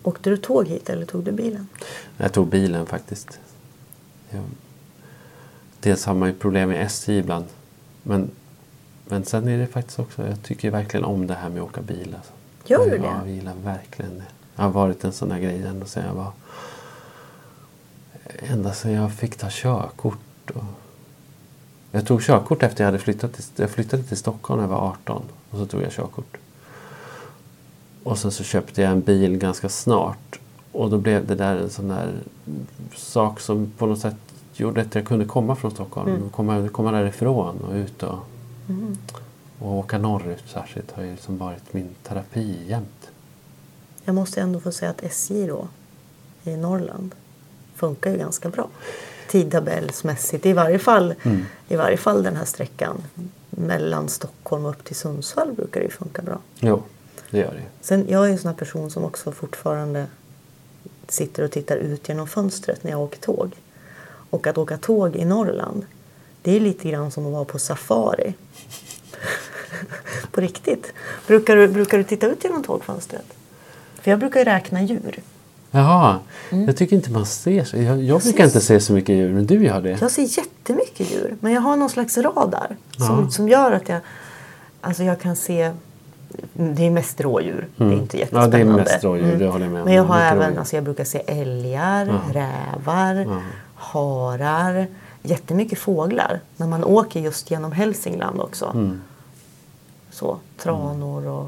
Åkte du tåg hit eller tog du bilen? Jag tog bilen faktiskt. Dels har man ju problem med SJ ibland. Men sen är det faktiskt också, jag tycker verkligen om det här med att åka bil. Alltså. Gör du det? Ja, jag gillar verkligen det. Jag har varit en sån här grej ända sedan jag fick ta körkort. Jag tog körkort efter jag hade flyttade till Stockholm när jag var 18. Och så tog jag körkort. Och sen så köpte jag en bil ganska snart. Och då blev det där en sån där sak som på något sätt gjorde att jag kunde komma från Stockholm. Komma därifrån och ut och åka norrut särskilt har ju liksom varit min terapi jämt. Jag måste ändå få säga att SJ då i Norrland funkar ju ganska bra. Tidtabellsmässigt. I varje fall den här sträckan mellan Stockholm och upp till Sundsvall brukar det ju funka bra. Jo, det gör det. Sen jag är en sån här person som också fortfarande sitter och tittar ut genom fönstret när jag åker tåg. Och att åka tåg i Norrland, det är lite grann som att vara på safari. På riktigt. Brukar du titta ut genom tågfönstret? För jag brukar ju räkna djur. Jaha, jag tycker inte man ser så. Jag brukar inte se så mycket djur, men du gör det. Jag ser jättemycket djur, men jag har någon slags radar som gör att jag kan se. Det är mest rådjur. Det är inte jättespännande. Ja, det är mest rådjur, det håller jag med om. Men jag har även, jag brukar se älgar, rävar, harar, jättemycket fåglar. När man åker just genom Hälsingland också. Så, tranor och...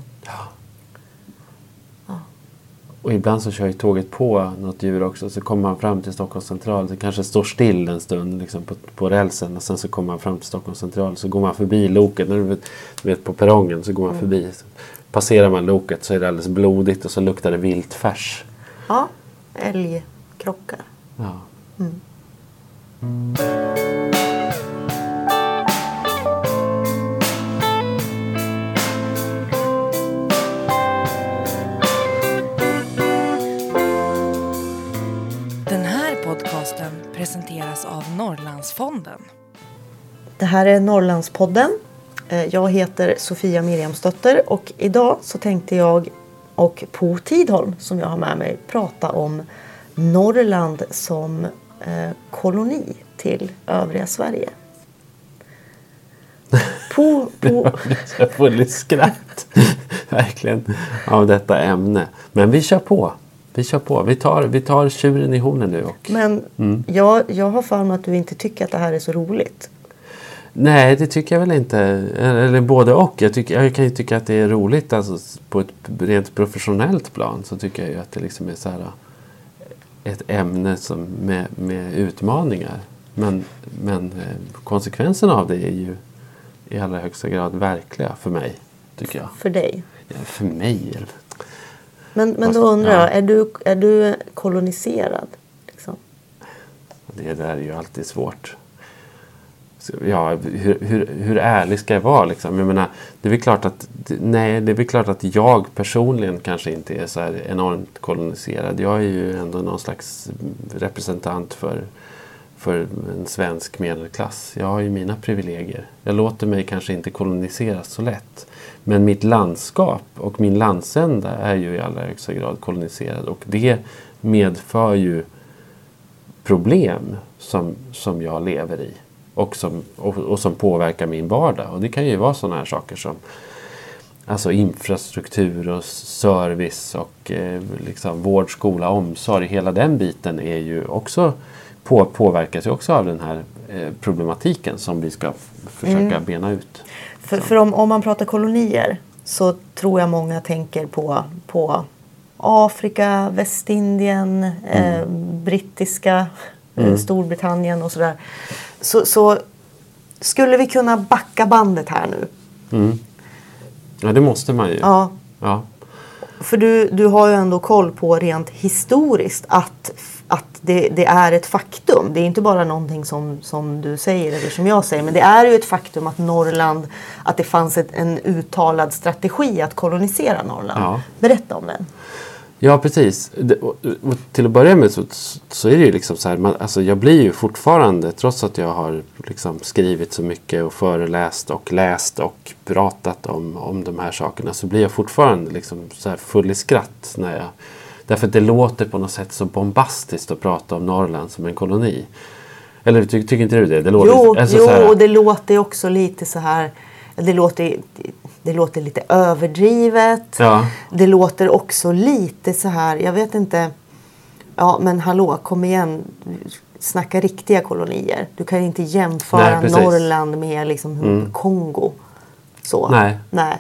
Och ibland så kör ju tåget på något djur också. Så kommer man fram till Stockholms central. Det kanske står still en stund liksom på rälsen. Och sen så kommer man fram till Stockholms central. Så går man förbi loket. När du vet på perrongen så går man förbi. Så passerar man loket så är det alldeles blodigt. Och så luktar det vilt färs. Ja, älgkrockar. Ja. Presenteras av Norrlandsfonden. Det här är Norrlandspodden. Jag heter Sofia Miriamsdotter och idag så tänkte jag och Po Tidholm som jag har med mig prata om Norrland som koloni till övriga Sverige. Jag får lite skratt verkligen av detta ämne. Men vi kör på. Vi tar tjuren i hornen nu. Men jag har för mig att du inte tycker att det här är så roligt. Nej, det tycker jag väl inte. Eller både och. Jag kan ju tycka att det är roligt. Alltså, på ett rent professionellt plan så tycker jag ju att det liksom är så här, ett ämne som med utmaningar. Men konsekvenserna av det är ju i allra högsta grad verkliga för mig, tycker jag. För dig? Ja, för mig. Men då undrar jag, är du koloniserad? Liksom? Det där är ju alltid svårt. Ja, hur ärlig ska jag vara? Liksom? Jag menar, det är väl klart att jag personligen kanske inte är så här enormt koloniserad. Jag är ju ändå någon slags representant för en svensk medelklass. Jag har ju mina privilegier. Jag låter mig kanske inte koloniseras så lätt. Men mitt landskap och min landsända är ju i allra högsta grad koloniserad. Och det medför ju problem som jag lever i. Och som påverkar min vardag. Och det kan ju vara sådana här saker som alltså infrastruktur och service och liksom vård, skola, omsorg. Hela den biten är ju också påverkas ju också av den här problematiken som vi ska försöka bena ut. För om man pratar kolonier så tror jag många tänker på Afrika, Västindien, brittiska, Storbritannien och sådär. Så skulle vi kunna backa bandet här nu? Ja, det måste man ju. Ja. För du har ju ändå koll på rent historiskt att det är ett faktum. Det är inte bara någonting som du säger eller som jag säger. Men det är ju ett faktum att Norrland, att det fanns en uttalad strategi att kolonisera Norrland. Ja. Berätta om den. Ja, precis. Och till att börja med så är det ju liksom så här, alltså jag blir ju fortfarande, trots att jag har liksom skrivit så mycket och föreläst och läst och pratat om de här sakerna, så blir jag fortfarande liksom så här full i skratt när Därför att det låter på något sätt så bombastiskt att prata om Norrland som en koloni. Eller tycker inte du det? Det låter, och det låter också lite så här. Det låter lite överdrivet. Ja. Det låter också lite så här, jag vet inte. Ja, men hallå, kom igen. Snacka riktiga kolonier. Du kan inte jämföra Norrland med liksom Kongo. Så. Nej.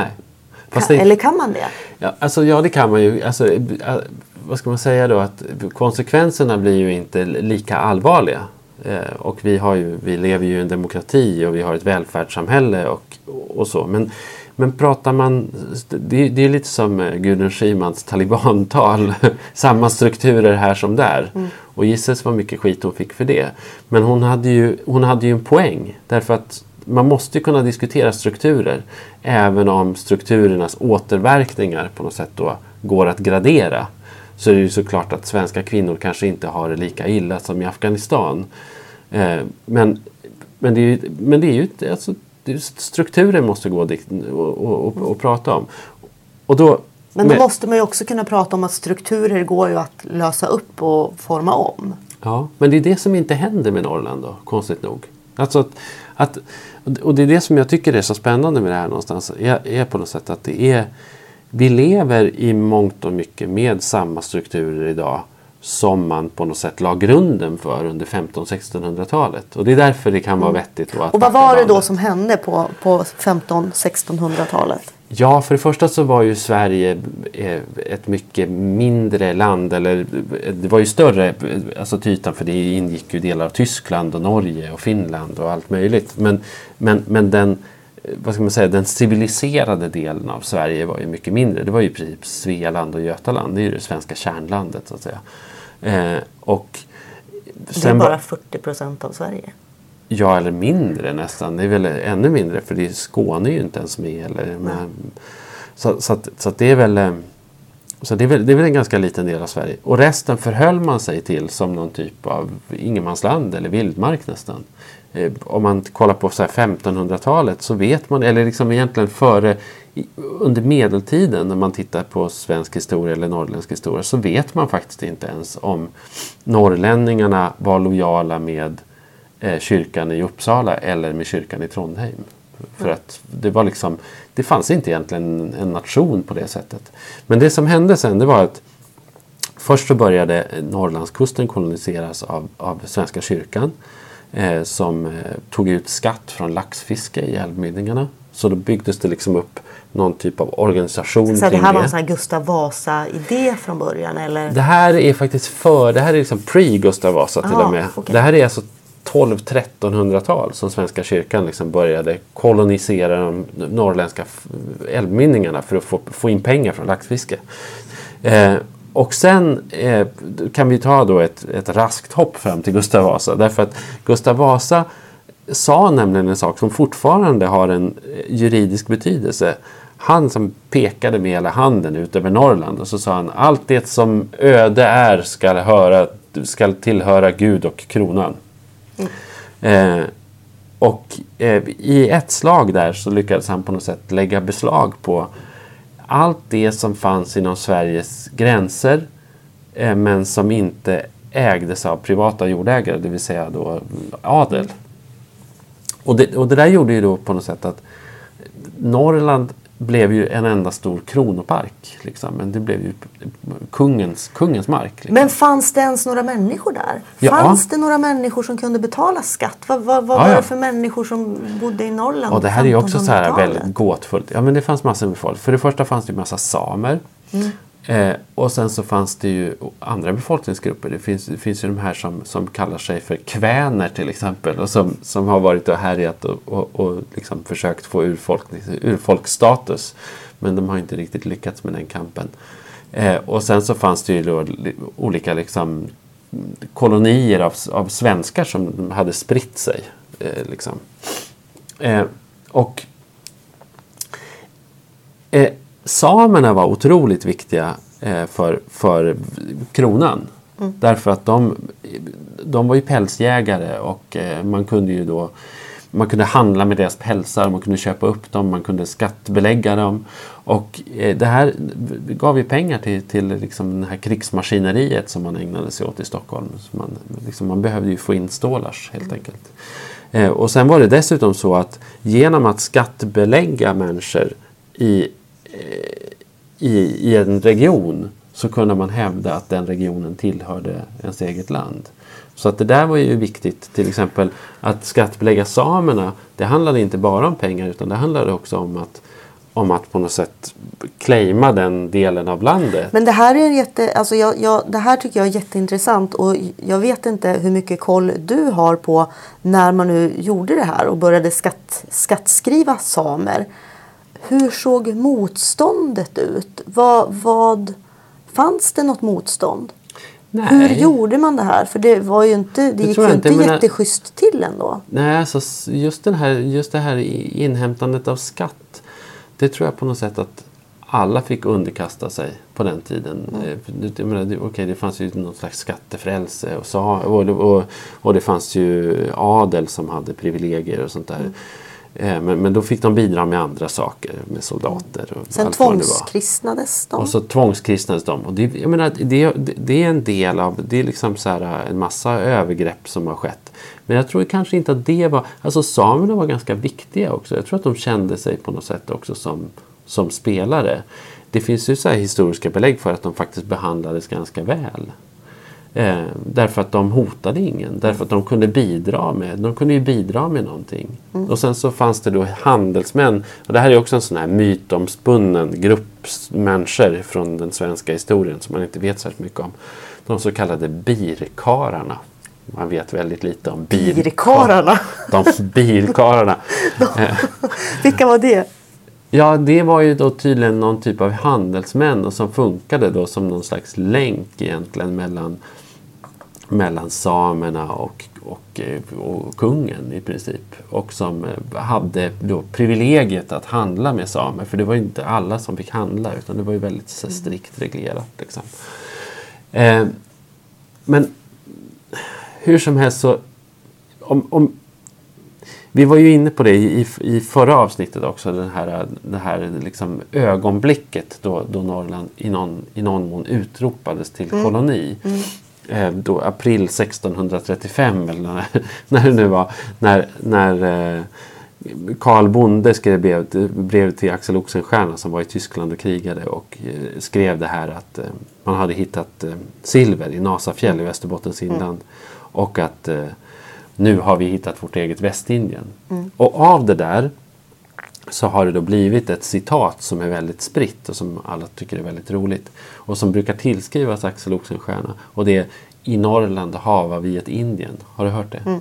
Eller kan man det? Ja, alltså, ja, det kan man ju. Alltså, vad ska man säga då? Att konsekvenserna blir ju inte lika allvarliga. Och vi lever ju i en demokrati och vi har ett välfärdssamhälle och så. Men pratar man, det är lite som Gudrun Schymans talibantal. Samma strukturer här som där. Och gissas vad mycket skit hon fick för det. Men hon hade ju en poäng. Därför att man måste kunna diskutera strukturer. Även om strukturernas återverkningar på något sätt då går att gradera. Så är det ju såklart att svenska kvinnor kanske inte har det lika illa som i Afghanistan. Men det är ju alltså, strukturer måste gå och prata om. Och då, men då måste man ju också kunna prata om att strukturer går ju att lösa upp och forma om. Ja, men det är det som inte händer med Norrland då, konstigt nog. Alltså och det är det som jag tycker är så spännande med det här någonstans. Är på något sätt att vi lever i mångt och mycket med samma strukturer idag som man på något sätt la grunden för under 1500-1600-talet. Och det är därför det kan vara vettigt då att. Och vad var det då som hände på 1500-1600-talet? Ja, för det första så var ju Sverige ett mycket mindre land, eller det var ju större, alltså till ytan, för det ingick ju delar av Tyskland och Norge och Finland och allt möjligt. Men den, vad ska man säga, den civiliserade delen av Sverige var ju mycket mindre. Det var ju i princip Svealand och Götaland, det är ju det svenska kärnlandet så att säga. Och det är bara 40% av Sverige. Ja, eller mindre nästan. Det är väl ännu mindre, för det är Skåne är ju inte ens med. Eller, så det är väl det är väl en ganska liten del av Sverige. Och resten förhöll man sig till som någon typ av ingenmansland eller vildmark nästan. Om man kollar på så här 1500-talet så vet man, eller liksom egentligen under medeltiden när man tittar på svensk historia eller norrländsk historia, så vet man faktiskt inte ens om norrlänningarna var lojala med kyrkan i Uppsala eller med kyrkan i Trondheim. För att det fanns inte egentligen en nation på det sättet. Men det som hände sen, det var att först så började Norrlandskusten koloniseras av svenska kyrkan som tog ut skatt från laxfiske i älvmynningarna. Så då byggdes det liksom upp någon typ av organisation. Så det här var en sån här Gustav Vasa-idé från början? Eller? Det här är faktiskt det här är liksom pre-Gustav Vasa till och med. Okay. Det här är alltså 1200-1300-tal som svenska kyrkan liksom började kolonisera de norrländska älvmynningarna för att få in pengar från laxfiske. Och sen kan vi ta då ett raskt hopp fram till Gustav Vasa. Därför att Gustav Vasa sa nämligen en sak som fortfarande har en juridisk betydelse. Han som pekade med hela handen ut över Norrland, och så sa han: allt det som öde är ska tillhöra Gud och kronan. I ett slag där så lyckades han på något sätt lägga beslag på allt det som fanns inom Sveriges gränser, men som inte ägdes av privata jordägare, det vill säga då adel. Och det där gjorde ju då på något sätt att Norrland blev ju en enda stor kronopark. Liksom. Men det blev ju kungens mark. Liksom. Men fanns det ens några människor där? Ja. Fanns det några människor som kunde betala skatt? Vad var det för människor som bodde i Norrland? Och det här är ju också så här väldigt gåtfullt. Ja, men det fanns massor med folk. För det första fanns det ju massa samer. Och sen så fanns det ju andra befolkningsgrupper. Det finns ju de här som kallar sig för kväner till exempel. Och som har varit och härjat och liksom försökt få urfolksstatus. Men de har inte riktigt lyckats med den kampen. Och sen så fanns det ju då olika liksom kolonier av svenskar som hade spritt sig. Liksom. Samerna var otroligt viktiga för kronan. Därför att de var ju pälsjägare och man kunde ju då man kunde handla med deras pälsar, man kunde köpa upp dem, man kunde skattbelägga dem. Och det här gav ju pengar till liksom det här krigsmaskineriet som man ägnade sig åt i Stockholm. Så man behövde ju få in stålars helt enkelt. Och sen var det dessutom så att genom att skattebelägga människor i en region så kunde man hävda att den regionen tillhörde ens eget land. Så att det där var ju viktigt. Till exempel att skattebelägga samerna, det handlade inte bara om pengar utan det handlade också om att på något sätt claima den delen av landet. Men det här är det här tycker jag är jätteintressant och jag vet inte hur mycket koll du har på när man nu gjorde det här och började skattskriva samer. Hur såg motståndet ut? Vad fanns det något motstånd? Nej. Hur gjorde man det här? För det var ju inte, det gick ju inte jätteschysst till ändå. Nej, alltså just det här inhämtandet av skatt, det tror jag på något sätt att alla fick underkasta sig på den tiden. Jag menar, okej, det fanns ju någon slags skattefrälse och det fanns ju adel som hade privilegier och sånt där. Men då fick de bidra med andra saker, med soldater. Och sen tvångskristnades de. Och så tvångskristnades de. Och jag menar, det är en del av, det är liksom så här en massa övergrepp som har skett. Men jag tror kanske inte att det var, alltså samerna var ganska viktiga också. Jag tror att de kände sig på något sätt också som spelare. Det finns ju så här historiska belägg för att de faktiskt behandlades ganska väl. Därför att de hotade ingen. Därför att de kunde bidra med någonting. Och sen så fanns det då handelsmän. Och det här är också en sån här mytomspunnen grupp människor från den svenska historien som man inte vet särskilt mycket om. De så kallade birkararna. Man vet väldigt lite om birkararna. De birkararna. Vilka var det? Ja, det var ju då tydligen någon typ av handelsmän och som funkade då som någon slags länk egentligen mellan samerna och kungen i princip. Och som hade då privilegiet att handla med samer. För det var ju inte alla som fick handla utan det var ju väldigt så strikt reglerat. Liksom. Men hur som helst så vi var ju inne på det i förra avsnittet också, det här liksom ögonblicket då Norrland i någon mån utropades till koloni. Då april 1635 eller när det nu var, när Karl Bonde skrev brev till Axel Oxenstierna som var i Tyskland och krigade och skrev det här att man hade hittat silver i Nasafjäll i Västerbottens inland och att nu har vi hittat vårt eget Västindien. Och av det där så har det då blivit ett citat som är väldigt spritt och som alla tycker är väldigt roligt. Och som brukar tillskrivas Axel Oxenstierna. Och det är i Norrland hava vi ett Indien. Har du hört det?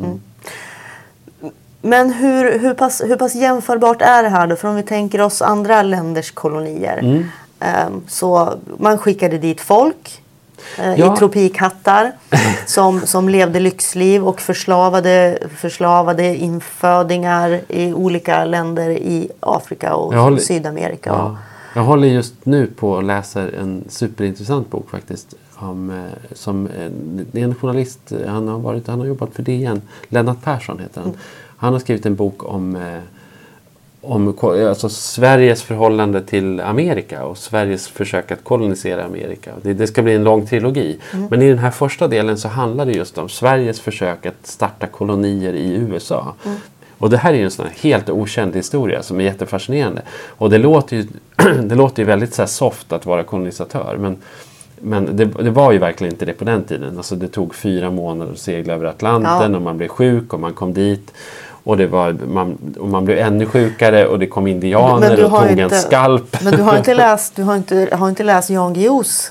Men hur pass jämförbart är det här då? För om vi tänker oss andra länders kolonier. Så man skickade dit folk. I tropikhattar som levde lyxliv och förslavade infödingar i olika länder i Afrika och Sydamerika. Ja. Jag håller just nu på att läsa en superintressant bok faktiskt. Det är en journalist, han har jobbat för DN. Lennart Persson heter han. Han har skrivit en bok om alltså Sveriges förhållande till Amerika och Sveriges försök att kolonisera Amerika. Det ska bli en lång trilogi. Men i den här första delen så handlar det just om Sveriges försök att starta kolonier i USA. Och det här är ju en sån här helt okänd historia som är jättefascinerande. Och det låter ju väldigt så här soft att vara kolonisatör. Men det var ju verkligen inte det på den tiden. Alltså det tog 4 månader att segla över Atlanten och man blev sjuk och man kom dit. Och man blev ännu sjukare och det kom indianer och tog en skalp. Men du har inte läst Jan Guillous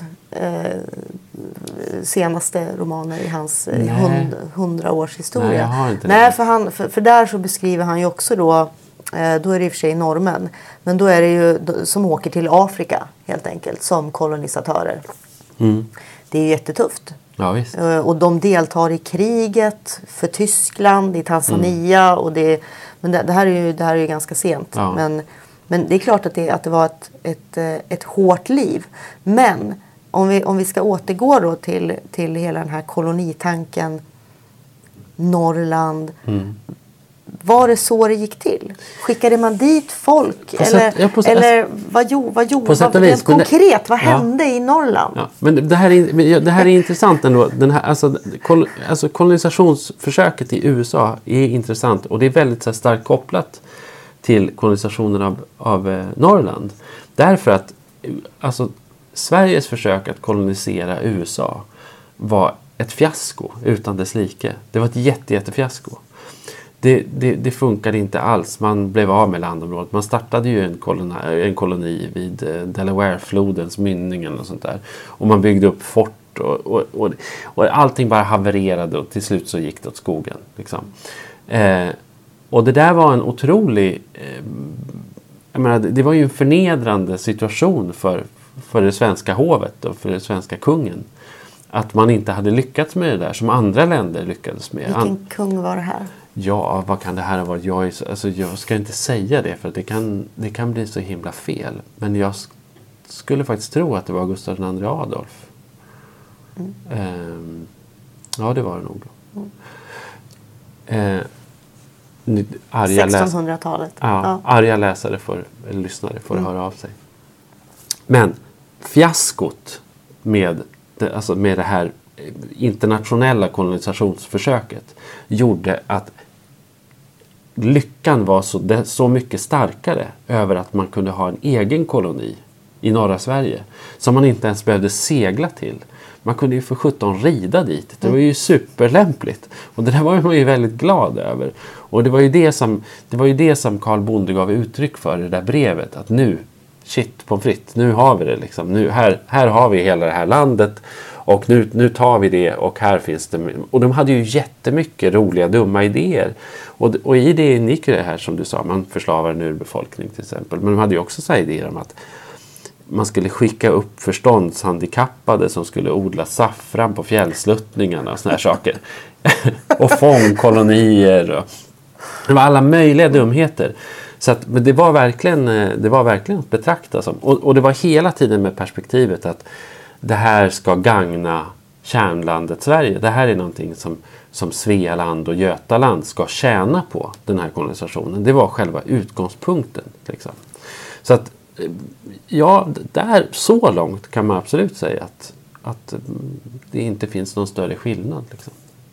senaste romaner i hans 100 års historia. Nej, jag har inte Nej, för där så beskriver han ju också då är det i och för sig norrmän. Men då är det ju som åker till Afrika helt enkelt som kolonisatörer. Det är ju jättetufft. Ja, visst. Och de deltar i kriget för Tyskland, i Tanzania. Och men det här är ju ganska sent. Ja. Men det är klart att det var ett hårt liv. Men om vi ska återgå då till hela den här kolonitanken, Norrland. var det så det gick till? Skickade man dit folk? Eller vad gjorde konkret? Vad hände i Norrland? Ja, men det här är intressant ändå. Kolonisationsförsöket i USA är intressant. Och det är väldigt så här, starkt kopplat till kolonisationen av Norrland. Därför att Sveriges försök att kolonisera USA var ett fiasko utan dess like. Det var ett jättefiasko. Det funkade inte alls. Man blev av med landområdet. Man startade ju en koloni vid Delawareflodens mynning eller sånt där. Och man byggde upp fort och allting bara havererade och till slut så gick det åt skogen. Liksom. Och det där var en otrolig... det var ju en förnedrande situation för det svenska hovet och för det svenska kungen. Att man inte hade lyckats med det där som andra länder lyckades med. Vilken kung var det här? Ja, vad kan det här ha varit? Jag ska inte säga det för att det kan bli så himla fel. Men jag skulle faktiskt tro att det var Gustav II Adolf. Ja, det var det nog. 1600-talet. Ja. Arga läsare lyssnare får höra av sig. Men fiaskot med det här internationella kolonisationsförsöket gjorde att lyckan var så mycket starkare över att man kunde ha en egen koloni i norra Sverige som man inte ens behövde segla till. Man kunde ju för 17 rida dit. Det var ju superlämpligt. Och det där var man ju väldigt glad över. Och det var ju det som Karl Bonde gav uttryck för i det där brevet. Att nu, shit pommes frites, nu har vi det liksom. Nu, här har vi hela det här landet. Och nu tar vi det och här finns det... Och de hade ju jättemycket roliga, dumma idéer. Och i det ingick det här som du sa, man förslavar en urbefolkning till exempel. Men de hade ju också så här idéer om att man skulle skicka upp förståndshandikappade som skulle odla saffran på fjällsluttningarna och såna här saker. Och fångkolonier. Det var alla möjliga dumheter. Så att, men det var verkligen att betrakta som. Och det var hela tiden med perspektivet att det här ska gagna kärnlandet Sverige. Det här är någonting som Svealand och Götaland ska tjäna på, den här kolonisationen. Det var själva utgångspunkten. Liksom. Så att, ja, där så långt kan man absolut säga att det inte finns någon större skillnad. Liksom.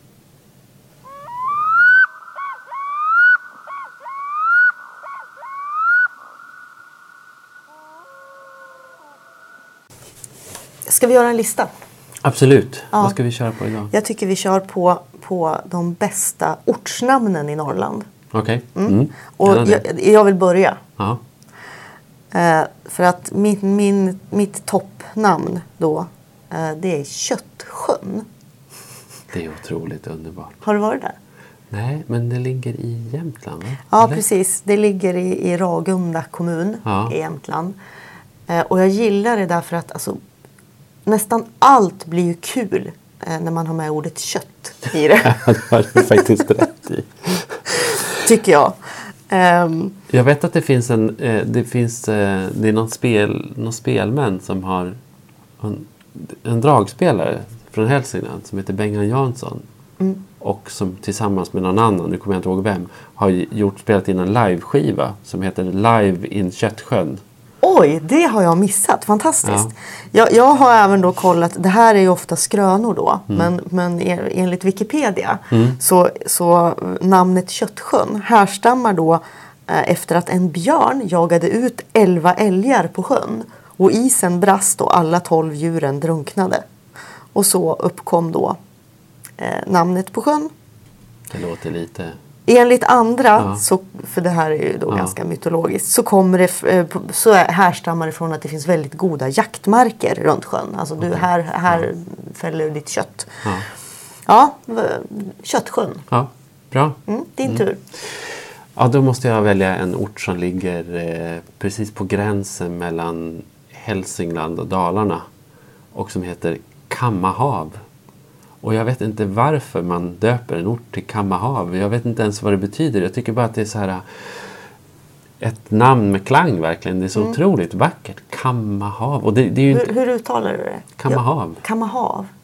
Ska vi göra en lista? Absolut. Ja. Vad ska vi köra på idag? Jag tycker vi kör på de bästa ortsnamnen i Norrland. Okej. Och jag vill börja. Ja. För att mitt toppnamn då, det är Köttsjön. Det är otroligt underbart. Har du varit där? Nej, men det ligger i Jämtland, va? Ja, eller? Precis. Det ligger i Ragunda kommun i Jämtland. Och jag gillar det därför att nästan allt blir ju kul när man har med ordet kött i det. Ja, det har du faktiskt rätt i. Tycker jag. Jag vet att det är någon spelmän som har en dragspelare från Hälsingland som heter Bengan Jansson. Och som tillsammans med någon annan, nu kommer jag inte ihåg vem, har spelat in en liveskiva som heter Live in Köttsjön. Oj, det har jag missat. Fantastiskt. Ja. Jag har även då kollat, det här är ju ofta skrönor då, men enligt Wikipedia så namnet Köttsjön härstammar då efter att en björn jagade ut 11 älgar på sjön och isen brast och alla 12 djuren drunknade. Och så uppkom då namnet på sjön. Det låter lite... Enligt andra, för det här är ju då ganska mytologiskt, så härstammar det från att det finns väldigt goda jaktmarker runt sjön. Alltså här fäller du ditt kött. Ja, Köttsjön. Ja, bra. Din tur. Ja, då måste jag välja en ort som ligger precis på gränsen mellan Hälsingland och Dalarna. Och som heter Kammahav. Och jag vet inte varför man döper en ort till Kammahav. Jag vet inte ens vad det betyder. Jag tycker bara att det är så här ett namn med klang verkligen. Det är så otroligt vackert. Kammahav. Och det är ju hur uttalar du det? Kammahav. Kammahav.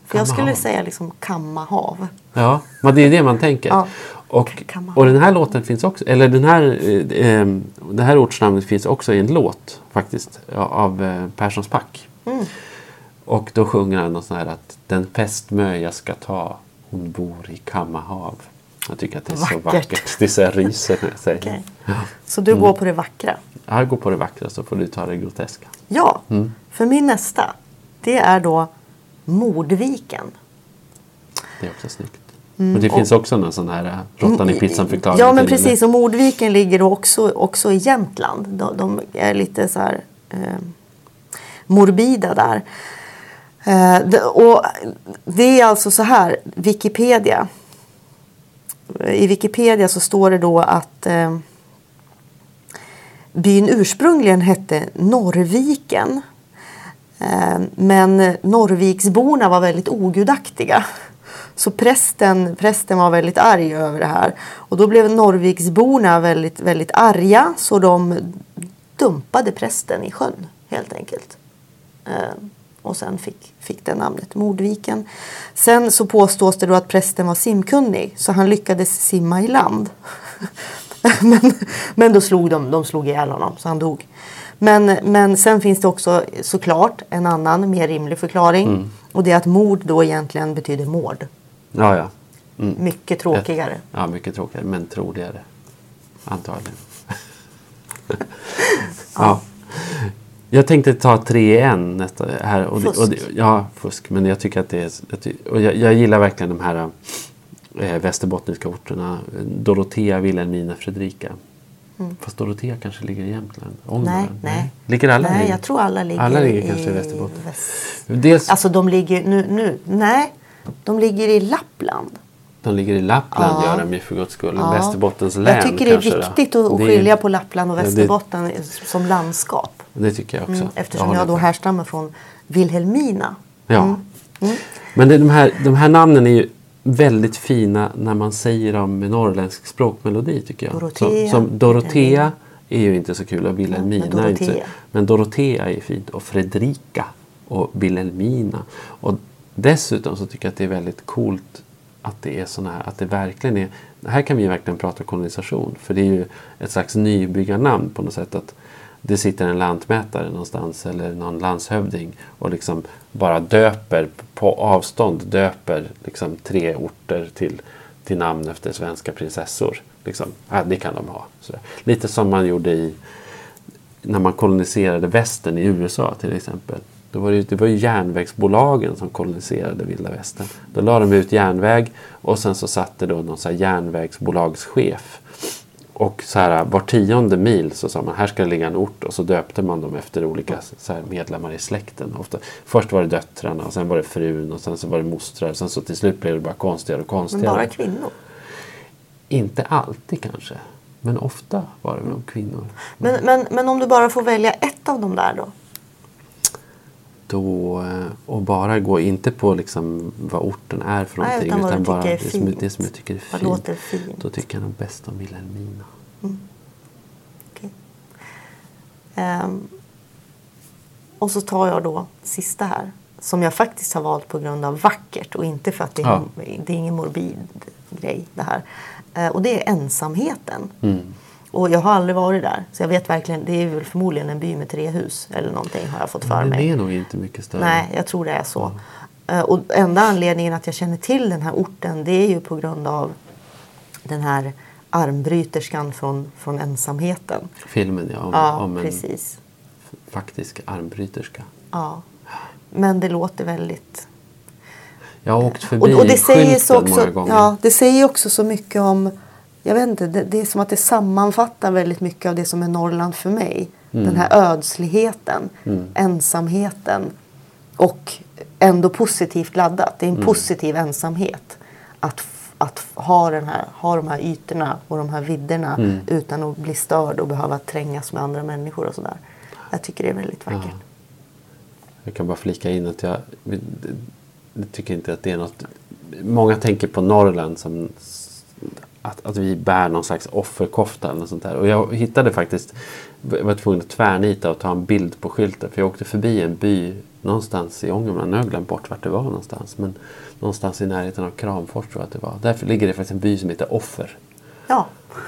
För jag skulle Kammahav. säga liksom kammahav. Ja, men det är det man tänker. Ja. Och Kammahav. den här låten finns också, eller det här ortsnamnet finns också i en låt faktiskt av Perssons Pack. Och då sjunger han något sånt här att den fästmö jag ska ta, hon bor i Kammahav. Jag tycker att det är så vackert. Det är så jag ryser när jag säger Okej. det. Så du går på det vackra? Jag går på det vackra så får du ta det groteska. Ja, för min nästa. Det är då Mordviken. Det är också snyggt. Och det finns också någon sån här råttan i pizzan förklaring. Ja, men till precis. Och Mordviken ligger då också i Jämtland. De är lite så här morbida där. Och det är alltså så här, Wikipedia. I Wikipedia så står det då att byn ursprungligen hette Norrviken. Men Norrviksborna var väldigt ogudaktiga. Så prästen var väldigt arg över det här. Och då blev Norrviksborna väldigt, väldigt arga. Så de dumpade prästen i sjön helt enkelt. Och sen fick det namnet Mordviken. Sen så påstås det då att prästen var simkunnig. Så han lyckades simma i land. men då slog de slog ihjäl honom så han dog. Men sen finns det också såklart en annan mer rimlig förklaring. Och det är att mord då egentligen betyder mord. Ja. Mycket tråkigare. Ja, mycket tråkigare men troligare. Antagligen. Ja. Jag tänkte ta 3 nästa här. Fusk. Ja, fusk. Men jag tycker att det är... Jag gillar verkligen de här västerbottniska orterna. Dorotea, Vilhelmina, Fredrika. Fast Dorotea kanske ligger i Jämtland. Nej. Ligger alla Nej, i? jag tror alla ligger kanske i Västerbotten. Dels, Alltså de ligger de ligger i Lappland. de ligger i Lappland, gör de ju för guds skull. Västerbottens län Jag tycker det är kanske, viktigt då. att Det är- skilja på Lappland och Ja, det- Västerbotten som landskap. Det tycker jag också. Eftersom jag då härstammar från Vilhelmina. Ja. Men de här namnen är ju väldigt fina när man säger dem med norrländsk språkmelodi tycker jag. Dorotea, som Dorotea är ju inte så kul och Vilhelmina men är inte så, Dorotea. men Dorotea är fint och Fredrika och Vilhelmina. Och dessutom så tycker jag att det är väldigt coolt att det är såna här, att det verkligen är, här kan vi verkligen prata kolonisation för det är ju ett slags nybyggarnamn på något sätt att det sitter en lantmätare någonstans eller någon landshövding och liksom bara döper på avstånd liksom 3 orter till namn efter svenska prinsessor. Liksom. Ja, det kan de ha. Sådär. Lite som man gjorde när man koloniserade västern i USA till exempel. Det var ju järnvägsbolagen som koloniserade vilda västern. Då la de ut järnväg och sen så satte då någon så här järnvägsbolagschef. Och så här, var 10:e mil så sa man här ska det ligga en ort och så döpte man dem efter olika så här, medlemmar i släkten. Först var det döttrarna och sen var det frun och sen så var det mostrar. Sen så till slut blev det bara konstigare och konstigare. Men bara kvinnor. Inte alltid kanske. Men ofta var det väl kvinnor. Men om du bara får välja ett av dem där då? Och bara gå inte på liksom vad orten är för någonting. utan vad du bara tycker är fint. det som jag tycker är Vad fint. låter fint? Då tycker jag nog bäst om Vilhelmina. Okej. Och så tar jag då sista här. Som jag faktiskt har valt på grund av vackert. Och inte för att det är ingen morbid grej det här. Och det är ensamheten. Och jag har aldrig varit där. Så jag vet verkligen, det är väl förmodligen en by med 3 hus. Eller någonting har jag fått för Men mig. det är nog inte mycket större. Nej, jag tror det är så. Och enda anledningen att jag känner till den här orten. Det är ju på grund av den här armbryterskan från ensamheten. Filmen om en precis. faktisk armbryterska. Ja. Men det låter väldigt... Jag har åkt förbi Och det säger så skylten många också, gånger. ja, det säger också så mycket om... Jag vet inte, det är som att det sammanfattar väldigt mycket av det som är Norrland för mig. Den här ödsligheten, ensamheten och ändå positivt laddat. Det är en positiv ensamhet. Att ha de här ytorna och de här vidderna utan att bli störd och behöva trängas med andra människor och sådär. Jag tycker det är väldigt vackert. Ja. Jag kan bara flika in att jag tycker inte att det är något... Många tänker på Norrland som att vi bär någon slags offerkofta eller något sånt där. Och jag hittade faktiskt, var tvungen att tvärnita och ta en bild på skylten. För jag åkte förbi en by någonstans i Ångermanland. Nu har jag glömt bort vart det var någonstans. Men någonstans i närheten av Kramfors tror jag att det var. Därför ligger det faktiskt en by som heter Offer. Ja.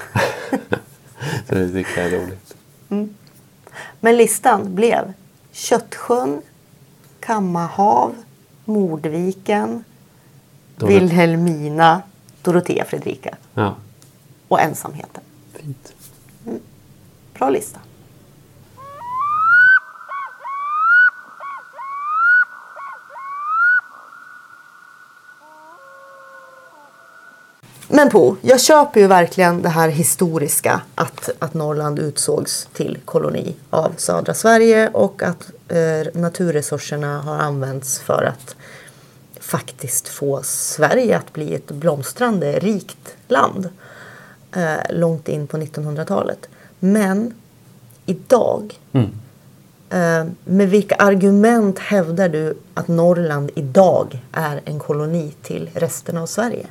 Så det tycker jag är roligt. Mm. Men listan blev Köttsjön, Kammarhav, Mordviken, Vilhelmina, Dorotea Fredrika. Ja. Och ensamheten. Fint. Bra lista. Men jag köper ju verkligen det här historiska att Norrland utsågs till koloni av södra Sverige och att naturresurserna har använts för att faktiskt få Sverige att bli ett blomstrande, rikt land långt in på 1900-talet. Men idag, med vilka argument hävdar du att Norrland idag är en koloni till resten av Sverige?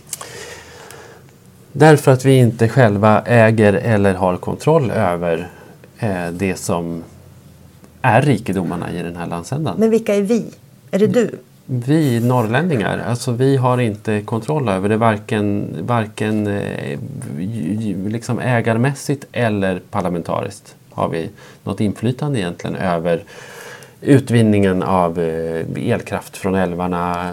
Därför att vi inte själva äger eller har kontroll över det som är rikedomarna i den här landsändan. Men vilka är vi? Är det du? Vi norrlänningar, alltså vi har inte kontroll över det varken liksom ägarmässigt eller parlamentariskt. Har vi något inflytande egentligen över utvinningen av elkraft från älvarna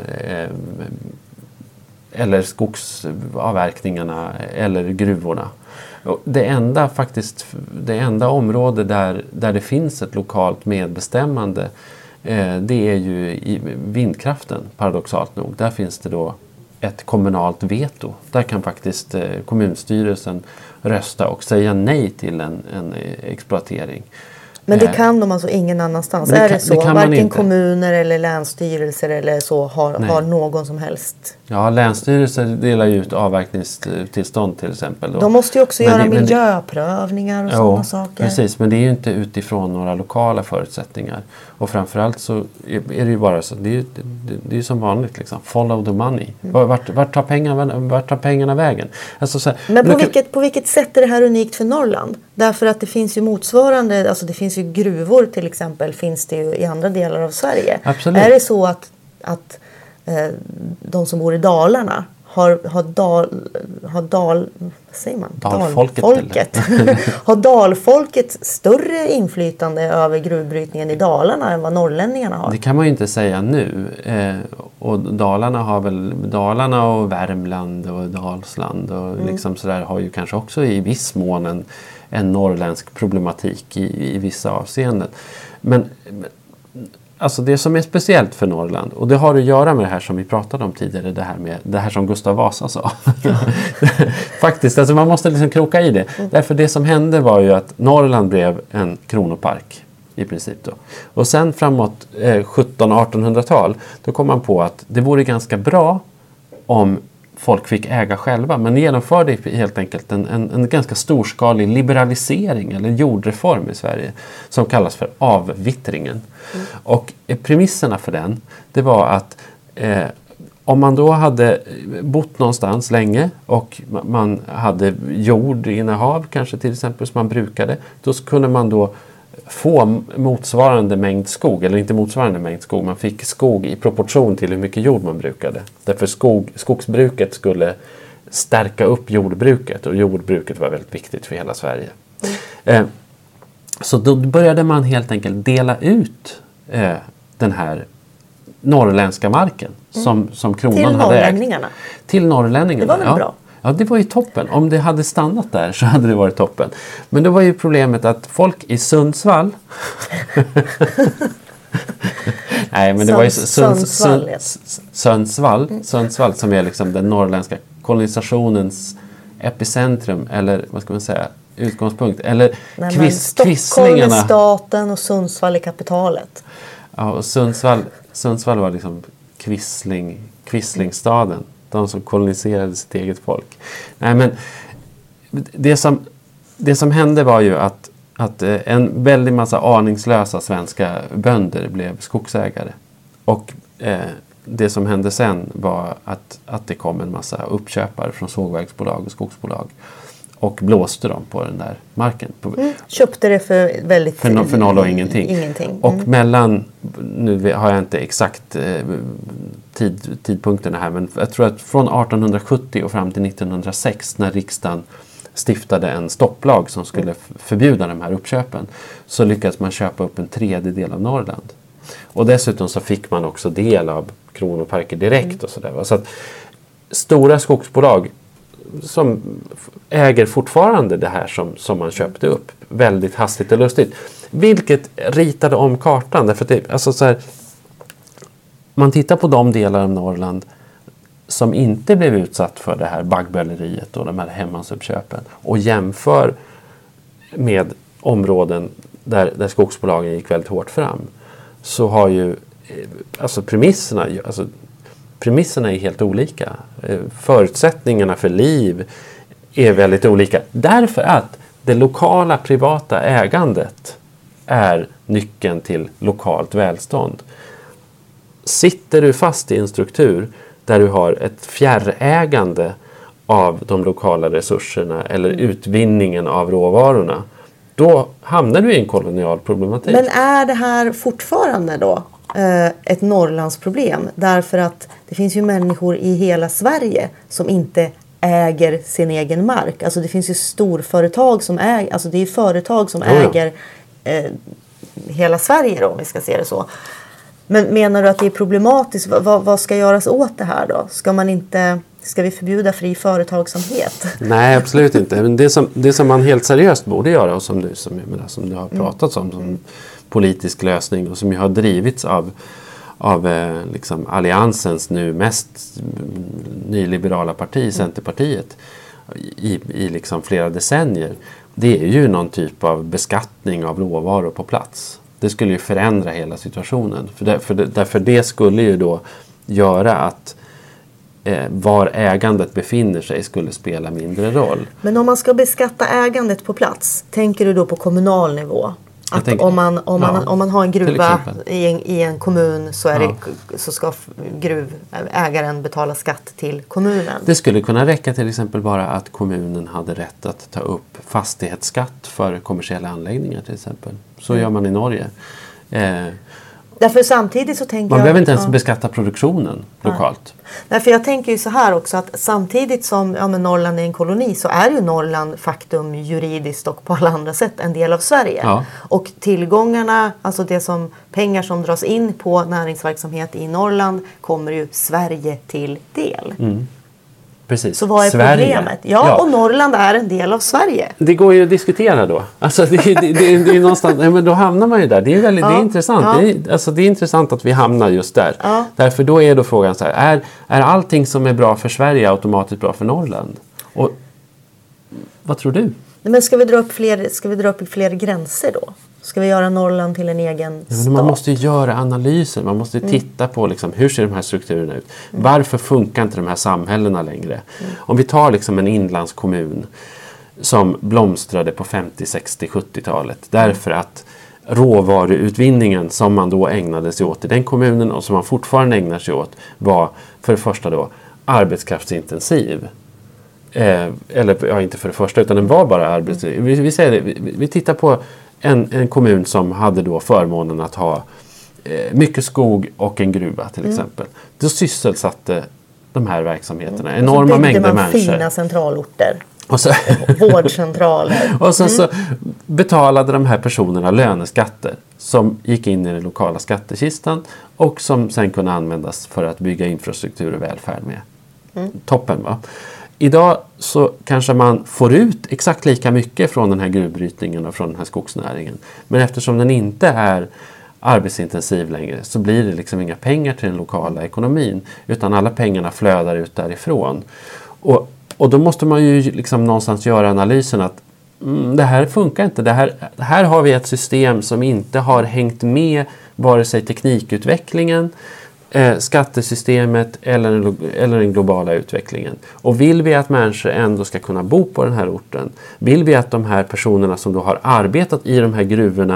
eller skogsavverkningarna eller gruvorna. Det enda område där det finns ett lokalt medbestämmande det är ju i vindkraften, paradoxalt nog. Där finns det då ett kommunalt veto. Där kan faktiskt kommunstyrelsen rösta och säga nej till en exploatering. Men det kan de alltså ingen annanstans? Är det så? Varken kommuner eller länsstyrelser eller så har någon som helst? Ja, länsstyrelser delar ju ut avverkningstillstånd till exempel. Då. De måste ju också göra miljöprövningar och sådana saker. Precis, men det är ju inte utifrån några lokala förutsättningar. Och framförallt så är det ju bara så, det är ju som vanligt liksom, follow the money. Vart tar pengarna vägen? Alltså, så här, men på vilket sätt är det här unikt för Norrland? Därför att det finns ju motsvarande, alltså det finns ju gruvor till exempel, finns det ju i andra delar av Sverige. Absolut. Är det så att de som bor i Dalarna Dalfolket har dalfolket större inflytande över gruvbrytningen i Dalarna än vad norrlänningarna har? Det kan man ju inte säga nu. Och Dalarna och Värmland och Dalsland och liksom sådär har ju kanske också i viss mån en norrländsk problematik i vissa avseenden. Men alltså det som är speciellt för Norrland, och det har att göra med det här som vi pratade om tidigare, det här som Gustav Vasa sa. Faktiskt, alltså man måste liksom kroka i det. Därför det som hände var ju att Norrland blev en kronopark i princip då. Och sen framåt 1700-1800-tal, då kom man på att det vore ganska bra om folk fick äga själva. Men genomförde helt enkelt en ganska storskalig liberalisering eller jordreform i Sverige som kallas för avvittringen. Och premisserna för den, det var att om man då hade bott någonstans länge och man hade jordinnehav kanske till exempel som man brukade, då kunde man då få motsvarande mängd skog, eller inte motsvarande mängd skog, man fick skog i proportion till hur mycket jord man brukade. Därför skogsbruket skulle stärka upp jordbruket, och jordbruket var väldigt viktigt för hela Sverige. Så då började man helt enkelt dela ut den här norrländska marken som kronan hade ägt. Till norrlänningarna. Det var väl bra? Ja, det var ju toppen. Om det hade stannat där så hade det varit toppen. Men då var ju problemet att folk i Sundsvall... Nej, men det var ju Sundsvall som är liksom den norrländska kolonisationens epicentrum, eller vad ska man säga, utgångspunkt. Eller Stockholm är staten och Sundsvall är kapitalet. Ja, och Sundsvall var liksom Quislingsstaden. De som koloniserade sitt eget folk. Nej, men det som hände var ju att en väldigt massa aningslösa svenska bönder blev skogsägare. Och det som hände sen var att det kom en massa uppköpare från sågverksbolag och skogsbolag och blåste dem på den där marken. Köpte det för noll och ingenting. Och mellan, nu har jag inte exakt tidpunkterna här, men jag tror att från 1870 och fram till 1906 när riksdagen stiftade en stopplag som skulle förbjuda de här uppköpen, så lyckades man köpa upp en tredjedel av Norrland. Och dessutom så fick man också del av kronoparker direkt och sådär. Så att stora skogsbolag som äger fortfarande det här som man köpte upp väldigt hastigt och lustigt. Vilket ritade om kartan. Därför att det, alltså så här, man tittar på de delar av Norrland som inte blev utsatt för det här baggböleriet och de här hemmansuppköpen och jämför med områden där skogsbolagen gick väldigt hårt fram, så har ju premisserna är helt olika. Förutsättningarna för liv är väldigt olika. Därför att det lokala privata ägandet är nyckeln till lokalt välstånd. Sitter du fast i en struktur där du har ett fjärrägande av de lokala resurserna eller utvinningen av råvarorna, då hamnar du i en kolonial problematik. Men är det här fortfarande då ett Norrlandsproblem? Därför att det finns ju människor i hela Sverige som inte äger sin egen mark. Alltså det finns ju storföretag som äger, alltså det är företag som äger hela Sverige då, om vi ska se det så. Men menar du att det är problematiskt? Vad ska göras åt det här då? Ska vi förbjuda fri företagsamhet? Nej, absolut inte. Men det som man helt seriöst borde göra och som du har pratat om som politisk lösning och som ju har drivits av liksom alliansens nu mest nyliberala parti, Centerpartiet, i liksom flera decennier. Det är ju någon typ av beskattning av råvaror på plats. Det skulle ju förändra hela situationen. Därför det skulle ju då göra att var ägandet befinner sig skulle spela mindre roll. Men om man ska beskatta ägandet på plats, tänker du då på kommunal nivå? Att om man har en gruva i en kommun så ska gruvägaren betala skatt till kommunen. Det skulle kunna räcka till exempel bara att kommunen hade rätt att ta upp fastighetsskatt för kommersiella anläggningar till exempel. Så gör man i Norge. Därför samtidigt så tänker man behöver inte ens beskatta produktionen lokalt. Därför jag tänker ju så här också att samtidigt som Norrland är en koloni så är ju Norrland faktum juridiskt och på alla andra sätt en del av Sverige. Ja. Och tillgångarna, alltså pengar som dras in på näringsverksamhet i Norrland kommer ju Sverige till del. Mm. Precis. Så vad är problemet? Ja, och Norrland är en del av Sverige. Det går ju att diskutera då. Alltså det är någonstans, men då hamnar man ju där. Det är väldigt det är intressant. Ja. Det är intressant att vi hamnar just där. Ja. Därför då är då frågan så här, är allting som är bra för Sverige automatiskt bra för Norrland? Och vad tror du? Nej, men ska vi dra upp fler gränser då? Ska vi göra Norrland till en egen stat? Man måste göra analyser. Man måste titta på hur ser de här strukturerna ut. Varför funkar inte de här samhällena längre? Om vi tar liksom en inlandskommun som blomstrade på 50, 60, 70-talet. Därför att råvaruutvinningen som man då ägnade sig åt i den kommunen och som man fortfarande ägnar sig åt var för det första då arbetskraftsintensiv. Eller inte för det första utan den var bara arbetsintensiv. Vi tittar på en kommun som hade då förmånen att ha mycket skog och en gruva till exempel. Då sysselsatte de här verksamheterna enorma mängder människor. Så byggde man fina centralorter. Och så, vårdcentraler. Och så betalade de här personerna löneskatter som gick in i den lokala skattekistan och som sen kunde användas för att bygga infrastruktur och välfärd med. Toppen va? Idag så kanske man får ut exakt lika mycket från den här gruvbrytningen och från den här skogsnäringen. Men eftersom den inte är arbetsintensiv längre så blir det liksom inga pengar till den lokala ekonomin. Utan alla pengarna flödar ut därifrån. Och då måste man ju liksom någonstans göra analysen att det här funkar inte. Här har vi ett system som inte har hängt med vare sig teknikutvecklingen, skattesystemet eller den globala utvecklingen. Och vill vi att människor ändå ska kunna bo på den här orten, vill vi att de här personerna som då har arbetat i de här gruvorna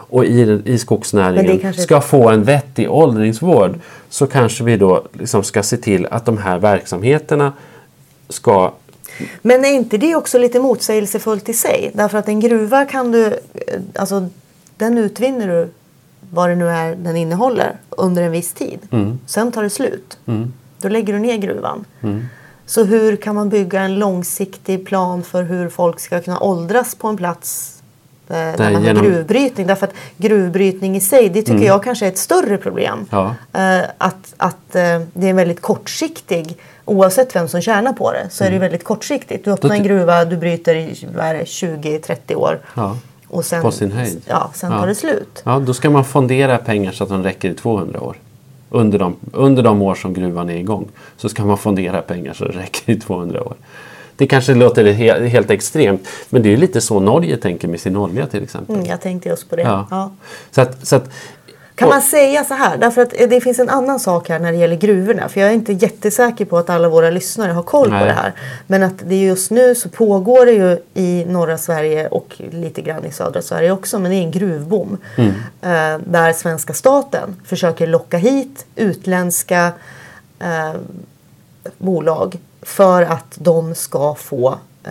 och i skogsnäringen ska få en vettig åldringsvård, så kanske vi då liksom ska se till att de här verksamheterna ska... Men är inte det också lite motsägelsefullt i sig? Därför att en gruva kan du, alltså den utvinner du vad det nu är den innehåller under en viss tid. Sen tar det slut. Då lägger du ner gruvan. Så hur kan man bygga en långsiktig plan för hur folk ska kunna åldras på en plats där man har gruvbrytning? Därför att gruvbrytning i sig, det tycker jag kanske är ett större problem. Ja. Att det är en väldigt kortsiktig, oavsett vem som tjänar på det, så är det väldigt kortsiktigt. Du öppnar en gruva, du bryter i 20-30 år. Ja. Och sen, på sin höjd. Ja, sen tar det slut. Ja, då ska man fondera pengar så att de räcker i 200 år. Under de år som gruvan är igång så ska man fondera pengar så det räcker i 200 år. Det kanske låter helt extremt, men det är ju lite så Norge tänker med sin olja till exempel. Jag tänkte just på det. Ja. Så att, kan man säga så här? Därför att det finns en annan sak här när det gäller gruvorna. För jag är inte jättesäker på att alla våra lyssnare har koll på det här. Men att det just nu så pågår det ju i norra Sverige och lite grann i södra Sverige också. Men det är en gruvboom. Där svenska staten försöker locka hit utländska bolag för att de ska få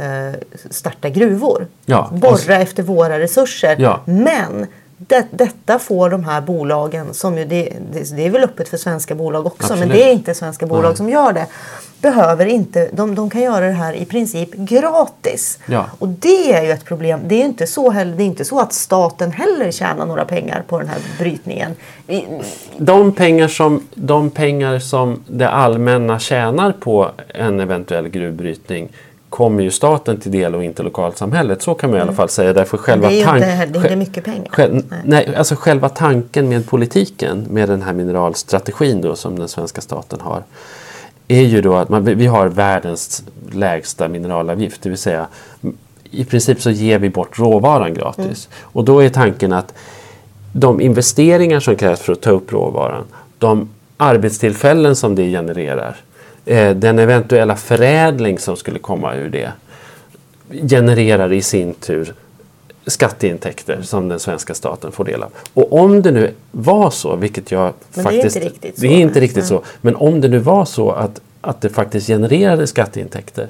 starta gruvor. Ja, borra efter våra resurser. Ja. Men detta får de här bolagen, som ju det är väl öppet för svenska bolag också, absolut, men det är inte svenska bolag som gör det. Behöver inte, de kan göra det här i princip gratis. Ja. Och det är ju ett problem. Det är inte så heller, det är inte så att staten heller tjänar några pengar på den här brytningen. De pengar som det allmänna tjänar på en eventuell gruvbrytning kommer ju staten till del och inte lokalsamhället. Så kan man i alla fall säga. Därför själva det är inte mycket pengar. Alltså själva tanken med politiken, med den här mineralstrategin då, som den svenska staten har, är ju då att vi har världens lägsta mineralavgift. Det vill säga, i princip så ger vi bort råvaran gratis. Och då är tanken att de investeringar som krävs för att ta upp råvaran, de arbetstillfällen som det genererar, den eventuella förädling som skulle komma ur det, genererar i sin tur skatteintäkter som den svenska staten får del av. Och om det nu var så, vilket jag faktiskt... Det är inte riktigt så. Men om det nu var så att det faktiskt genererade skatteintäkter,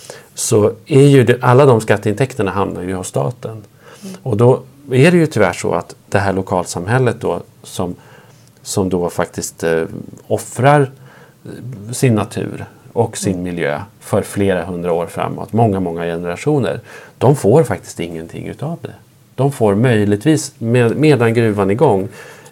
så är ju alla de skatteintäkterna hamnar ju hos staten. Och då är det ju tyvärr så att det här lokalsamhället då, som då faktiskt offrar sin natur och sin miljö för flera hundra år framåt, många generationer, de får faktiskt ingenting utav det. De får möjligtvis, medan gruvan är igång,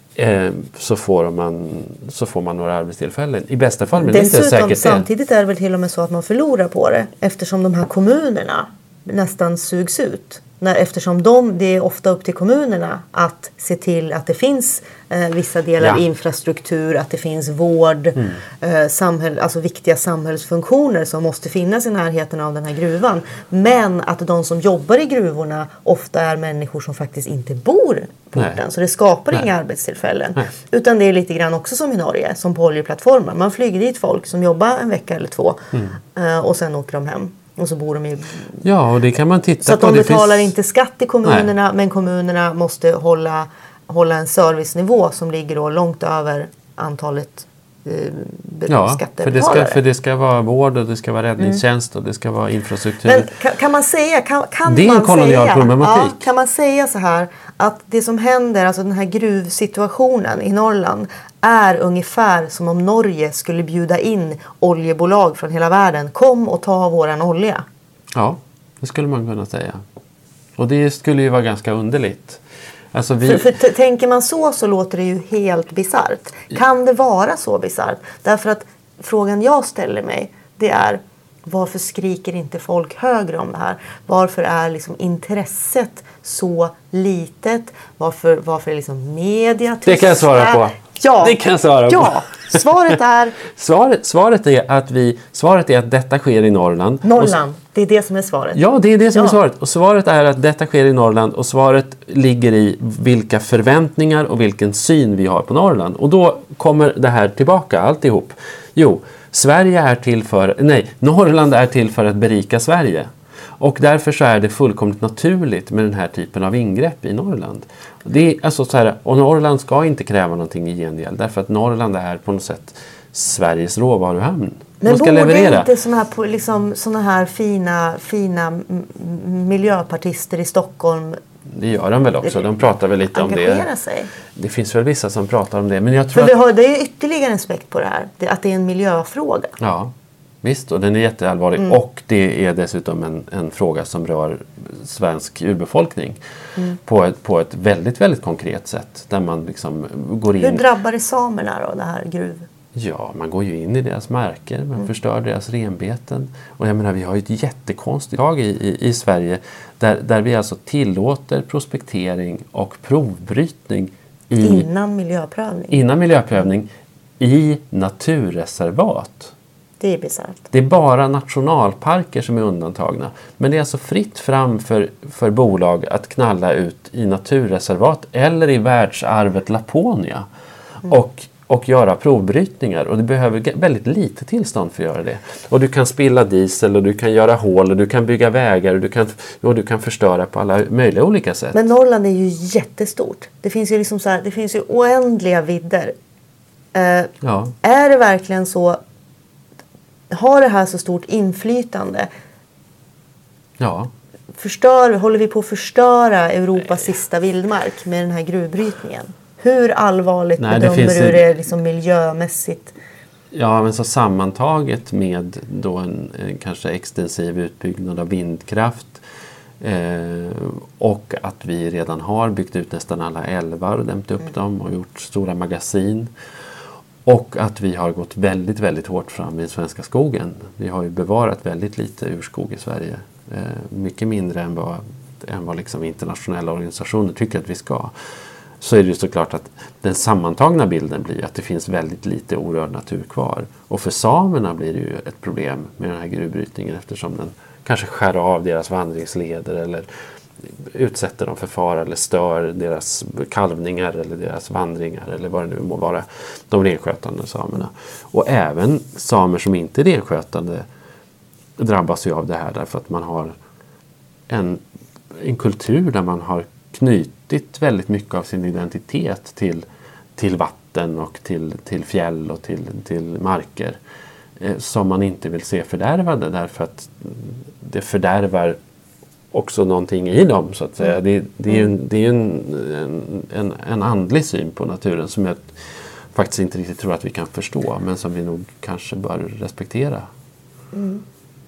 så får man några arbetstillfällen. I bästa fall, men dessutom, inte säkert. Samtidigt är det väl till och med så att man förlorar på det, eftersom de här kommunerna nästan sugs ut. Eftersom det är ofta upp till kommunerna att se till att det finns vissa delar infrastruktur, att det finns vård, alltså viktiga samhällsfunktioner som måste finnas i närheten av den här gruvan. Men att de som jobbar i gruvorna ofta är människor som faktiskt inte bor på orten. Så det skapar inga arbetstillfällen. Utan det är lite grann också som i Norge, som på oljeplattformar. Man flyger dit folk som jobbar en vecka eller två och sen åker de hem. Och så bor de i... Ja, och det kan man titta på. Så att de betalar inte skatt i kommunerna, men kommunerna måste hålla en servicenivå som ligger då långt över antalet skattebetalare. För det ska vara vård och det ska vara räddningstjänst och det ska vara infrastruktur. Men kan man säga... det är en kolonial problematik. Kan man säga så här att det som händer, alltså den här gruvsituationen i Norrland, är ungefär som om Norge skulle bjuda in oljebolag från hela världen. Kom och ta våran olja. Ja, det skulle man kunna säga. Och det skulle ju vara ganska underligt. Alltså för tänker man så låter det ju helt bizarrt. Kan det vara så bizarrt? Därför att frågan jag ställer mig, det är: varför skriker inte folk högre om det här? Varför är liksom intresset så litet? Varför är liksom media tysta? Det kan jag svara på. Ja, det kan jag svara på. Ja, svaret är... Svaret är att detta sker i Norrland. Det är det som är svaret. Ja, det är det som är svaret. Och svaret är att detta sker i Norrland, och svaret ligger i vilka förväntningar och vilken syn vi har på Norrland. Och då kommer det här tillbaka alltihop. Jo, Norrland är till för att berika Sverige. Och därför så är det fullkomligt naturligt med den här typen av ingrepp i Norrland. Det är alltså så här, och Norrland ska inte kräva någonting i gengäld därför att Norrland är på något sätt Sveriges råvaruhamn. Men ska borde leverera. inte såna här fina miljöpartister i Stockholm Det gör de väl också. De pratar väl lite om det. engagera sig? Det finns väl vissa som pratar om det. Men jag tror För det är ju ytterligare en aspekt på det här. Att det är en miljöfråga. Ja, visst. Och den är jätteallvarlig. Och det är dessutom en fråga som rör svensk urbefolkning. På ett väldigt, väldigt konkret sätt. Där man liksom går in... Hur drabbar det samerna då, det här Ja, man går ju in i deras marker. Man förstör deras renbeten. Och jag menar, vi har ju ett jättekonstigt tag i Sverige. Där vi alltså tillåter prospektering och provbrytning innan miljöprövning i naturreservat. Det är bisarrt. Det är bara nationalparker som är undantagna. Men det är alltså fritt fram för bolag att knalla ut i naturreservat eller i världsarvet Laponia. Och göra provbrytningar. Och du behöver väldigt lite tillstånd för att göra det. Och du kan spilla diesel och du kan göra hål och du kan bygga vägar och du kan förstöra på alla möjliga olika sätt. Men Norrland är ju jättestort. Det finns ju liksom det finns ju oändliga vidder. Ja. Är det verkligen så? Har det här så stort inflytande? Ja. Håller vi på att förstöra Europas sista vildmark med den här gruvbrytningen? Hur allvarligt bedömer du det liksom miljömässigt? Ja, men så sammantaget med då en kanske extensiv utbyggnad av vindkraft och att vi redan har byggt ut nästan alla älvar och dämt upp dem och gjort stora magasin. Och att vi har gått väldigt, väldigt hårt fram i den svenska skogen. Vi har ju bevarat väldigt lite urskog i Sverige. Mycket mindre än vad liksom internationella organisationer tycker att vi ska. Så är det ju såklart att den sammantagna bilden blir att det finns väldigt lite orörd natur kvar. Och för samerna blir det ju ett problem med den här gruvbrytningen eftersom den kanske skär av deras vandringsleder eller utsätter dem för fara eller stör deras kalvningar eller deras vandringar eller vad det nu må vara, de renskötande samerna. Och även samer som inte är renskötande drabbas ju av det här därför att man har en kultur där man har knutit väldigt mycket av sin identitet till vatten och till fjäll och till marker som man inte vill se fördärvade därför att det fördärvar också någonting i dem så att säga. Det är ju en andlig syn på naturen som jag faktiskt inte riktigt tror att vi kan förstå men som vi nog kanske bör respektera. Mm.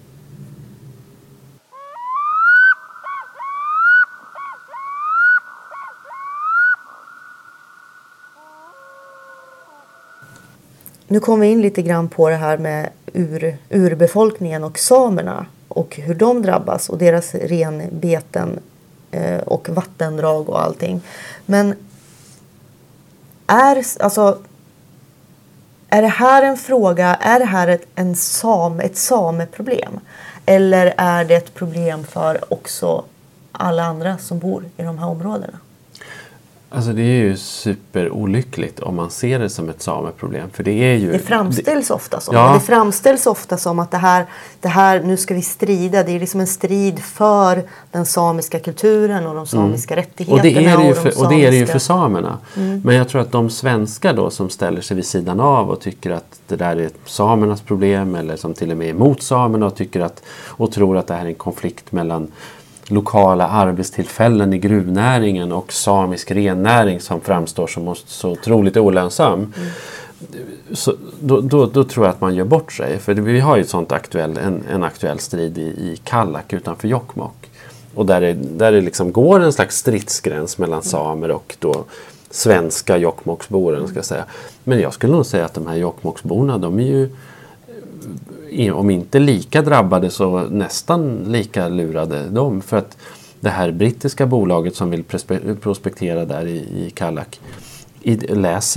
Nu kommer vi in lite grann på det här med urbefolkningen och samerna och hur de drabbas och deras renbeten och vattendrag och allting. Men är det här en fråga, är det här ett sameproblem? Eller är det ett problem för också alla andra som bor i de här områdena? Alltså det är ju superolyckligt om man ser det som ett sameproblem. För det är ju... Det framställs ofta som. Ja. Det framställs ofta som att det här, nu ska vi strida. Det är liksom en strid för den samiska kulturen och de samiska rättigheterna. Och det är det ju för samerna. Men jag tror att de svenskar då som ställer sig vid sidan av och tycker att det där är samernas problem. Eller som till och med är emot samerna och tror att det här är en konflikt mellan lokala arbetstillfällen i gruvnäringen och samisk rennäring som framstår som så otroligt olönsam. Så, då tror jag att man gör bort sig. För vi har ju en aktuell strid i Kallak utanför Jokkmokk. Och där det liksom går en slags stridsgräns mellan samer och då svenska Jokkmokksbor, ska jag säga. Men jag skulle nog säga att de här Jokkmokksborna, de är ju om inte lika drabbade så nästan lika lurade de. För att det här brittiska bolaget som vill prospektera där i Kallak, läser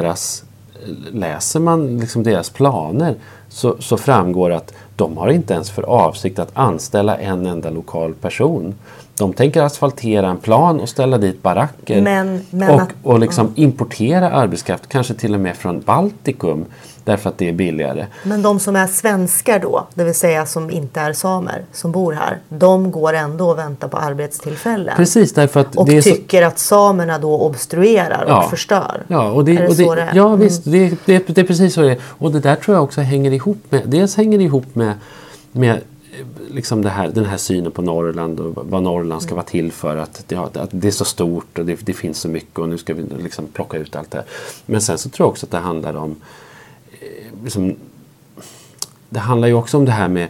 man liksom deras planer så framgår att de har inte ens för avsikt att anställa en enda lokal person. De tänker asfaltera en plan och ställa dit baracker. Och liksom importera arbetskraft, kanske till och med från Baltikum, därför att det är billigare. Men de som är svenskar då, det vill säga som inte är samer, som bor här, de går ändå och väntar på arbetstillfällen. Precis, därför att och det är tycker att samerna då obstruerar och förstör. Ja, visst, det är precis så det är. Och det där tror jag också hänger ihop med, dels hänger det ihop med liksom den här synen på Norrland och vad Norrland ska vara till för, att det är så stort och det finns så mycket och nu ska vi liksom plocka ut allt det här. Men sen så tror jag också att det handlar om liksom, det handlar ju också om det här med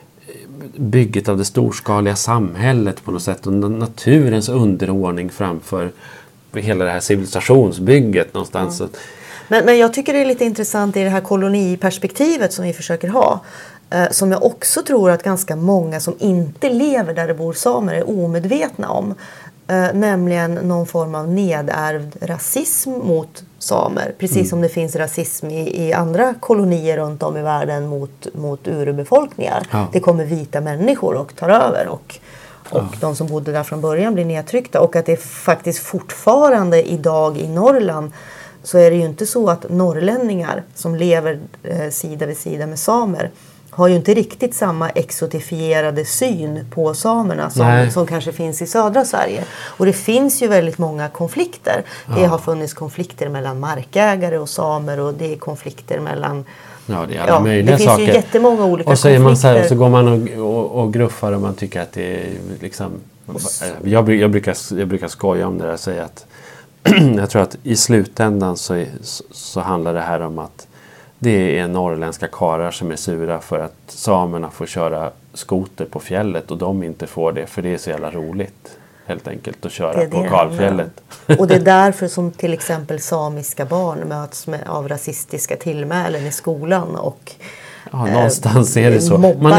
bygget av det storskaliga samhället på något sätt och naturens underordning framför hela det här civilisationsbygget någonstans. Men jag tycker det är lite intressant i det här koloniperspektivet som vi försöker ha. Som jag också tror att ganska många som inte lever där det bor samer är omedvetna om. Nämligen någon form av nedärvd rasism mot samer. Precis som det finns rasism i andra kolonier runt om i världen mot urbefolkningar. Ja. Det kommer vita människor och tar över och de som bodde där från början blir nedtryckta. Och att det faktiskt fortfarande idag i Norrland så är det ju inte så att norrlänningar som lever sida vid sida med samer har ju inte riktigt samma exotifierade syn på samerna som kanske finns i södra Sverige. Och det finns ju väldigt många konflikter. Ja. Det har funnits konflikter mellan markägare och samer och det är konflikter mellan... Ja, det är alla möjliga det saker. finns ju jättemånga olika konflikter. Och man så här, så går man och gruffar och man tycker att det är liksom... Jag brukar skoja om det där och säga att jag tror att i slutändan så handlar det här om att det är norrländska karar som är sura för att samerna får köra skoter på fjället och de inte får det för det är så jävla roligt helt enkelt att köra på kalfjället. Och det är därför som till exempel samiska barn möts av rasistiska tillmälen i skolan och någonstans är det så.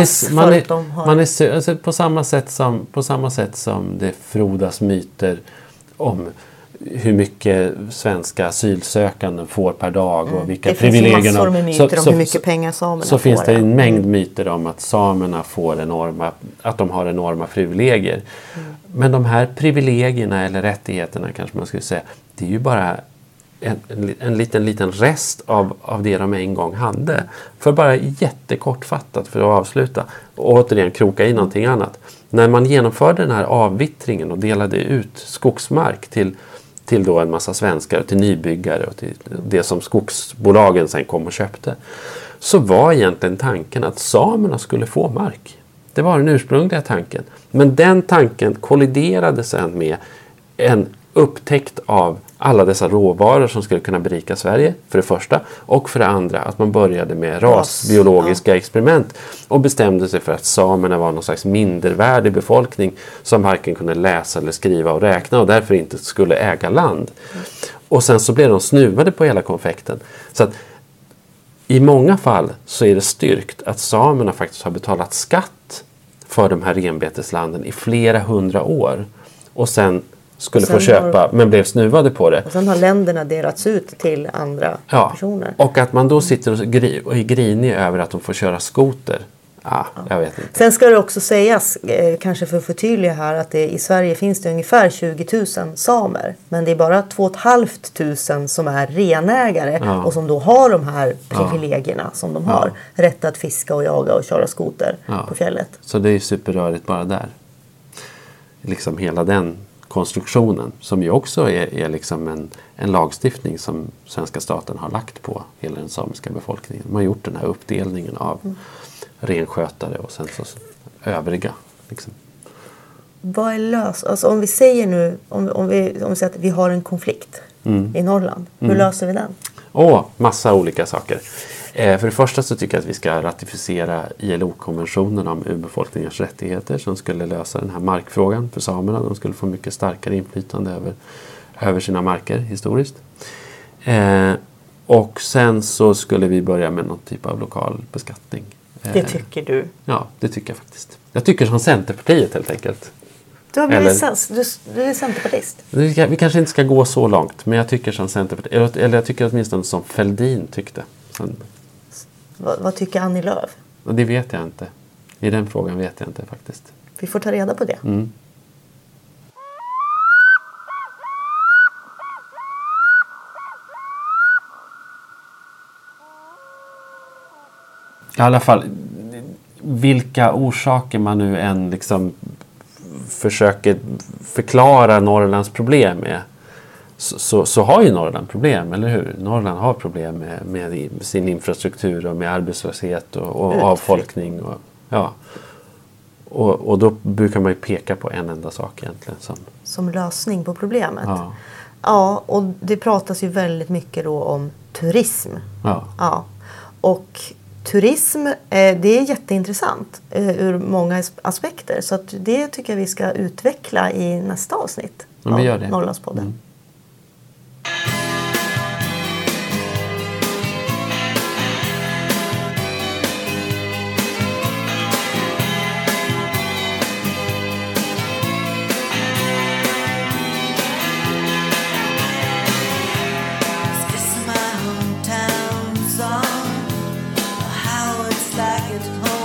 Man är alltså, på samma sätt som det frodas myter om hur mycket svenska asylsökande får per dag och vilka privilegier. Det finns massor med myter om hur mycket pengar samerna får. Så finns det en mängd myter om att samerna får att de har enorma privilegier. Men de här privilegierna eller rättigheterna kanske man skulle säga, det är ju bara en liten rest av det de en gång hade. För bara jättekortfattat för att avsluta och återigen kroka i någonting annat. När man genomförde den här avvittringen och delade ut skogsmark till då en massa svenskar, till nybyggare och till det som skogsbolagen sen kom och köpte, så var egentligen tanken att samerna skulle få mark. Det var den ursprungliga tanken. Men den tanken kolliderade sen med en upptäckt av alla dessa råvaror som skulle kunna berika Sverige, för det första. Och för det andra att man började med rasbiologiska experiment och bestämde sig för att samerna var någon slags mindervärdig befolkning som varken kunde läsa eller skriva och räkna och därför inte skulle äga land. Och sen så blev de snuvade på hela konfekten. Så att i många fall så är det styrkt att samerna faktiskt har betalat skatt för de här renbeteslanden i flera 100 år. Och sen skulle få köpa men blev snuvade på det. Och sen har länderna delats ut till andra personer. Och att man då sitter och är grinig över att de får köra skoter. Jag vet inte. Sen ska det också sägas, kanske för att förtydliga här, att i Sverige finns det ungefär 20 000 samer. Men det är bara 2 500 som är renägare och som då har de här privilegierna som de har. Rätt att fiska och jaga och köra skoter på fjället. Så det är superrörigt bara där. Liksom hela den konstruktionen som ju också är liksom en lagstiftning som svenska staten har lagt på hela den samiska befolkningen. Man har gjort den här uppdelningen av renskötare och sen så övriga. Liksom. Vad är löst? Alltså om vi säger nu, om vi säger att vi har en konflikt i Norrland. Hur löser vi den? Massa olika saker. För det första så tycker jag att vi ska ratificera ILO-konventionen om urbefolkningars rättigheter som skulle lösa den här markfrågan för samerna. De skulle få mycket starkare inflytande över sina marker historiskt. Och sen så skulle vi börja med någon typ av lokal beskattning. Det tycker du? Ja, det tycker jag faktiskt. Jag tycker som Centerpartiet helt enkelt. Du är centerpartist. Vi kanske inte ska gå så långt, men jag tycker som Centerpartiet. Eller jag tycker åtminstone som Fälldin tyckte. Vad tycker Annie Lööf? Det vet jag inte. I den frågan vet jag inte faktiskt. Vi får ta reda på det. I alla fall, vilka orsaker man nu än liksom försöker förklara Norrlands problem med, så har ju Norrland problem, eller hur? Norrland har problem med sin infrastruktur och med arbetslöshet och avfolkning. Och då brukar man ju peka på en enda sak egentligen. Som lösning på problemet. Ja. Ja, och det pratas ju väldigt mycket då om turism. Ja. Ja. Och turism, det är jätteintressant ur många aspekter. Så att det tycker jag vi ska utveckla i nästa avsnitt Men vi gör det. Norrlandspodden. Mm. It's my hometown song, how it's like at home.